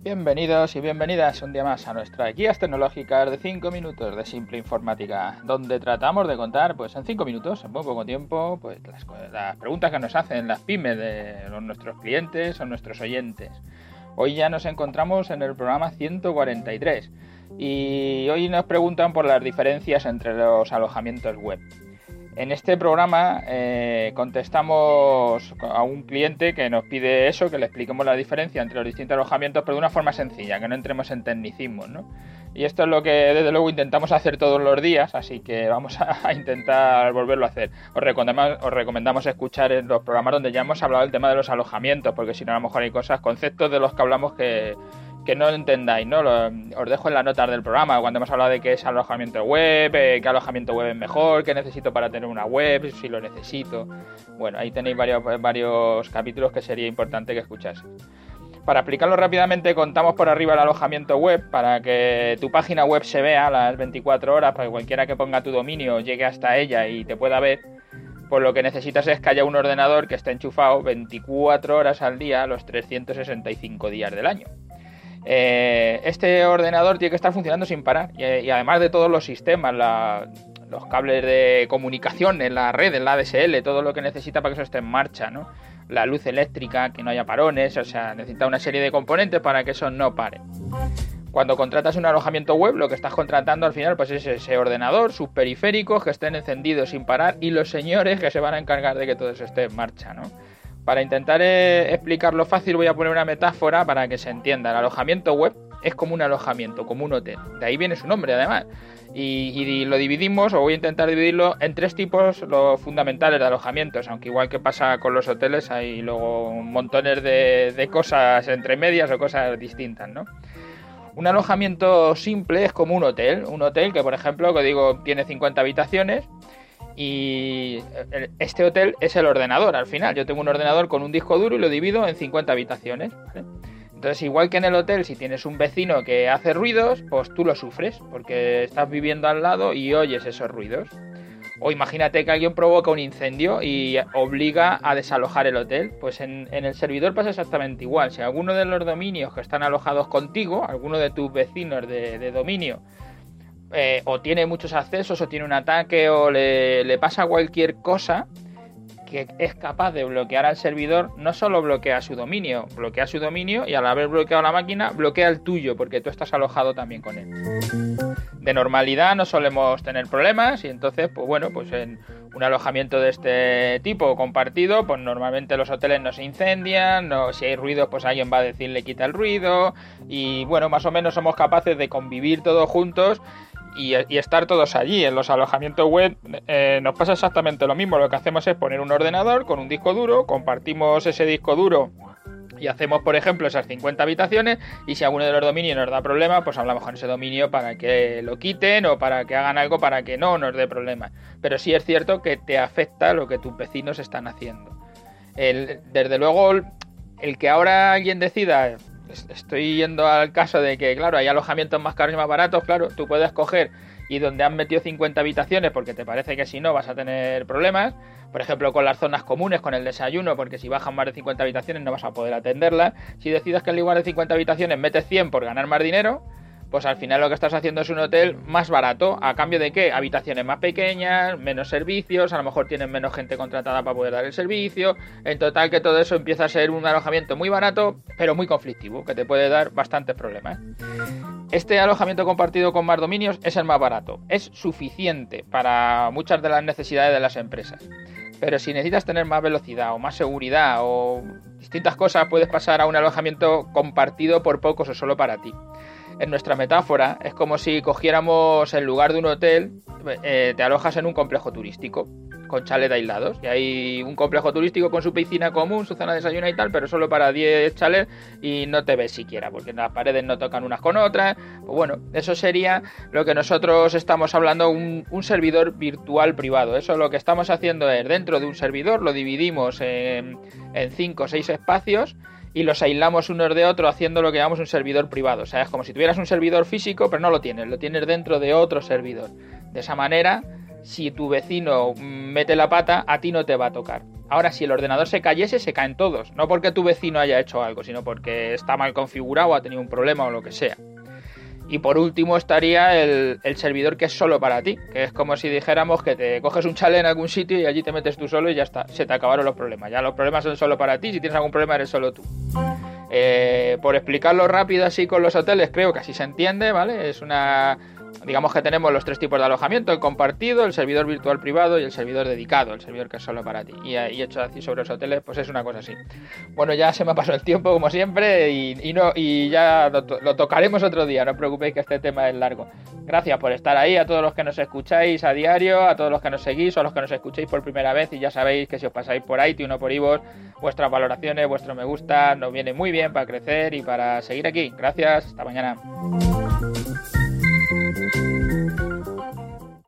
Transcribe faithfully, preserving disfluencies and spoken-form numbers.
Bienvenidos y bienvenidas un día más a nuestras guías tecnológicas de cinco minutos de simple informática, donde tratamos de contar pues en cinco minutos, en muy poco tiempo, pues las, las preguntas que nos hacen las pymes de los, nuestros clientes o nuestros oyentes. Hoy ya nos encontramos en el programa ciento cuarenta y tres y hoy nos preguntan por las diferencias entre los alojamientos web. En este programa eh, contestamos a un cliente que nos pide eso, que le expliquemos la diferencia entre los distintos alojamientos, pero de una forma sencilla, que no entremos en tecnicismos, ¿no? Y esto es lo que desde luego intentamos hacer todos los días, así que vamos a, a intentar volverlo a hacer. Os recomendamos, os recomendamos escuchar en los programas donde ya hemos hablado del tema de los alojamientos, porque si no a lo mejor hay cosas, conceptos de los que hablamos que... que no entendáis, ¿no? Lo, os dejo en las notas del programa cuando hemos hablado de qué es alojamiento web, eh, qué alojamiento web es mejor, qué necesito para tener una web, si lo necesito. Bueno, ahí tenéis varios, varios capítulos que sería importante que escuchaseis. Para explicarlo rápidamente, contamos por arriba el alojamiento web para que tu página web se vea a las veinticuatro horas, para que cualquiera que ponga tu dominio llegue hasta ella y te pueda ver. Pues lo que necesitas es que haya un ordenador que esté enchufado veinticuatro horas al día, los trescientos sesenta y cinco días del año. Eh, este ordenador tiene que estar funcionando sin parar y, y además de todos los sistemas, la, los cables de comunicación en la red, en la A D S L, todo lo que necesita para que eso esté en marcha, ¿no? La luz eléctrica, que no haya parones, o sea, necesita una serie de componentes para que eso no pare. Cuando contratas un alojamiento web, lo que estás contratando al final pues es ese ordenador, sus periféricos que estén encendidos sin parar y los señores que se van a encargar de que todo eso esté en marcha, ¿no? Para intentar eh, explicarlo fácil voy a poner una metáfora para que se entienda. El alojamiento web es como un alojamiento, como un hotel. De ahí viene su nombre además. Y, y lo dividimos, o voy a intentar dividirlo en tres tipos los fundamentales de alojamientos. Aunque igual que pasa con los hoteles hay luego montones de, de cosas entre medias o cosas distintas, ¿no? Un alojamiento simple es como un hotel. Un hotel que, por ejemplo, que digo, tiene cincuenta habitaciones. Y este hotel es el ordenador al final. Yo tengo un ordenador con un disco duro y lo divido en cincuenta habitaciones, ¿vale? Entonces, igual que en el hotel, si tienes un vecino que hace ruidos, pues tú lo sufres porque estás viviendo al lado y oyes esos ruidos. O imagínate que alguien provoca un incendio y obliga a desalojar el hotel. Pues en, en el servidor pasa exactamente igual. Si alguno de los dominios que están alojados contigo, alguno de tus vecinos de, de dominio, Eh, o tiene muchos accesos, o tiene un ataque, o le, le pasa cualquier cosa que es capaz de bloquear al servidor, no solo bloquea su dominio, bloquea su dominio y al haber bloqueado la máquina, bloquea el tuyo, porque tú estás alojado también con él. De normalidad no solemos tener problemas y entonces, pues bueno, pues en un alojamiento de este tipo compartido, pues normalmente los hoteles no se incendian, no, si hay ruido, pues alguien va a decirle quita el ruido y bueno, más o menos somos capaces de convivir todos juntos y, y estar todos allí. En los alojamientos web eh, nos pasa exactamente lo mismo. Lo que hacemos es poner un ordenador con un disco duro, compartimos ese disco duro y hacemos, por ejemplo, esas cincuenta habitaciones y si alguno de los dominios nos da problema, pues hablamos con ese dominio para que lo quiten o para que hagan algo para que no nos dé problemas. Pero sí es cierto que te afecta lo que tus vecinos están haciendo. El, desde luego, el que ahora alguien decida... Estoy yendo al caso de que, claro, hay alojamientos más caros y más baratos, claro, tú puedes coger y donde han metido cincuenta habitaciones porque te parece que si no vas a tener problemas, por ejemplo con las zonas comunes, con el desayuno, porque si bajan más de cincuenta habitaciones no vas a poder atenderlas. Si decides que en lugar de cincuenta habitaciones metes cien por ganar más dinero, pues al final lo que estás haciendo es un hotel más barato. ¿A cambio de qué? Habitaciones más pequeñas, menos servicios, a lo mejor tienen menos gente contratada para poder dar el servicio. En total que todo eso empieza a ser un alojamiento muy barato, pero muy conflictivo, que te puede dar bastantes problemas. Este alojamiento compartido con más dominios es el más barato. Es suficiente para muchas de las necesidades de las empresas. Pero si necesitas tener más velocidad o más seguridad o distintas cosas, puedes pasar a un alojamiento compartido por pocos o solo para ti. En nuestra metáfora es como si cogiéramos en lugar de un hotel, eh, te alojas en un complejo turístico con chalets aislados y hay un complejo turístico con su piscina común, su zona de desayuno y tal, pero solo para diez chalets y no te ves siquiera porque las paredes no tocan unas con otras. Pues bueno, eso sería lo que nosotros estamos hablando, un, un servidor virtual privado. Eso lo que estamos haciendo es dentro de un servidor lo dividimos en, en cinco o seis espacios y los aislamos unos de otros haciendo lo que llamamos un servidor privado. O sea, es como si tuvieras un servidor físico, pero no lo tienes, lo tienes dentro de otro servidor. De esa manera, si tu vecino mete la pata, a ti no te va a tocar. Ahora, si el ordenador se cayese, se caen todos. No porque tu vecino haya hecho algo, sino porque está mal configurado, ha tenido un problema o lo que sea. Y por último estaría el, el servidor que es solo para ti, que es como si dijéramos que te coges un chalet en algún sitio y allí te metes tú solo y ya está, se te acabaron los problemas. Ya los problemas son solo para ti, si tienes algún problema eres solo tú. Eh, por explicarlo rápido así con los hoteles, creo que así se entiende, ¿vale? Es una... Digamos que tenemos los tres tipos de alojamiento, el compartido, el servidor virtual privado y el servidor dedicado, el servidor que es solo para ti. Y, y hecho así sobre los hoteles, pues es una cosa así. Bueno, ya se me ha pasado el tiempo como siempre y, y, no, y ya lo, lo tocaremos otro día, no os preocupéis que este tema es largo. Gracias por estar ahí, a todos los que nos escucháis a diario, a todos los que nos seguís o a los que nos escuchéis por primera vez y ya sabéis que si os pasáis por iTunes o por iVoox, vuestras valoraciones, vuestro me gusta nos viene muy bien para crecer y para seguir aquí. Gracias, hasta mañana.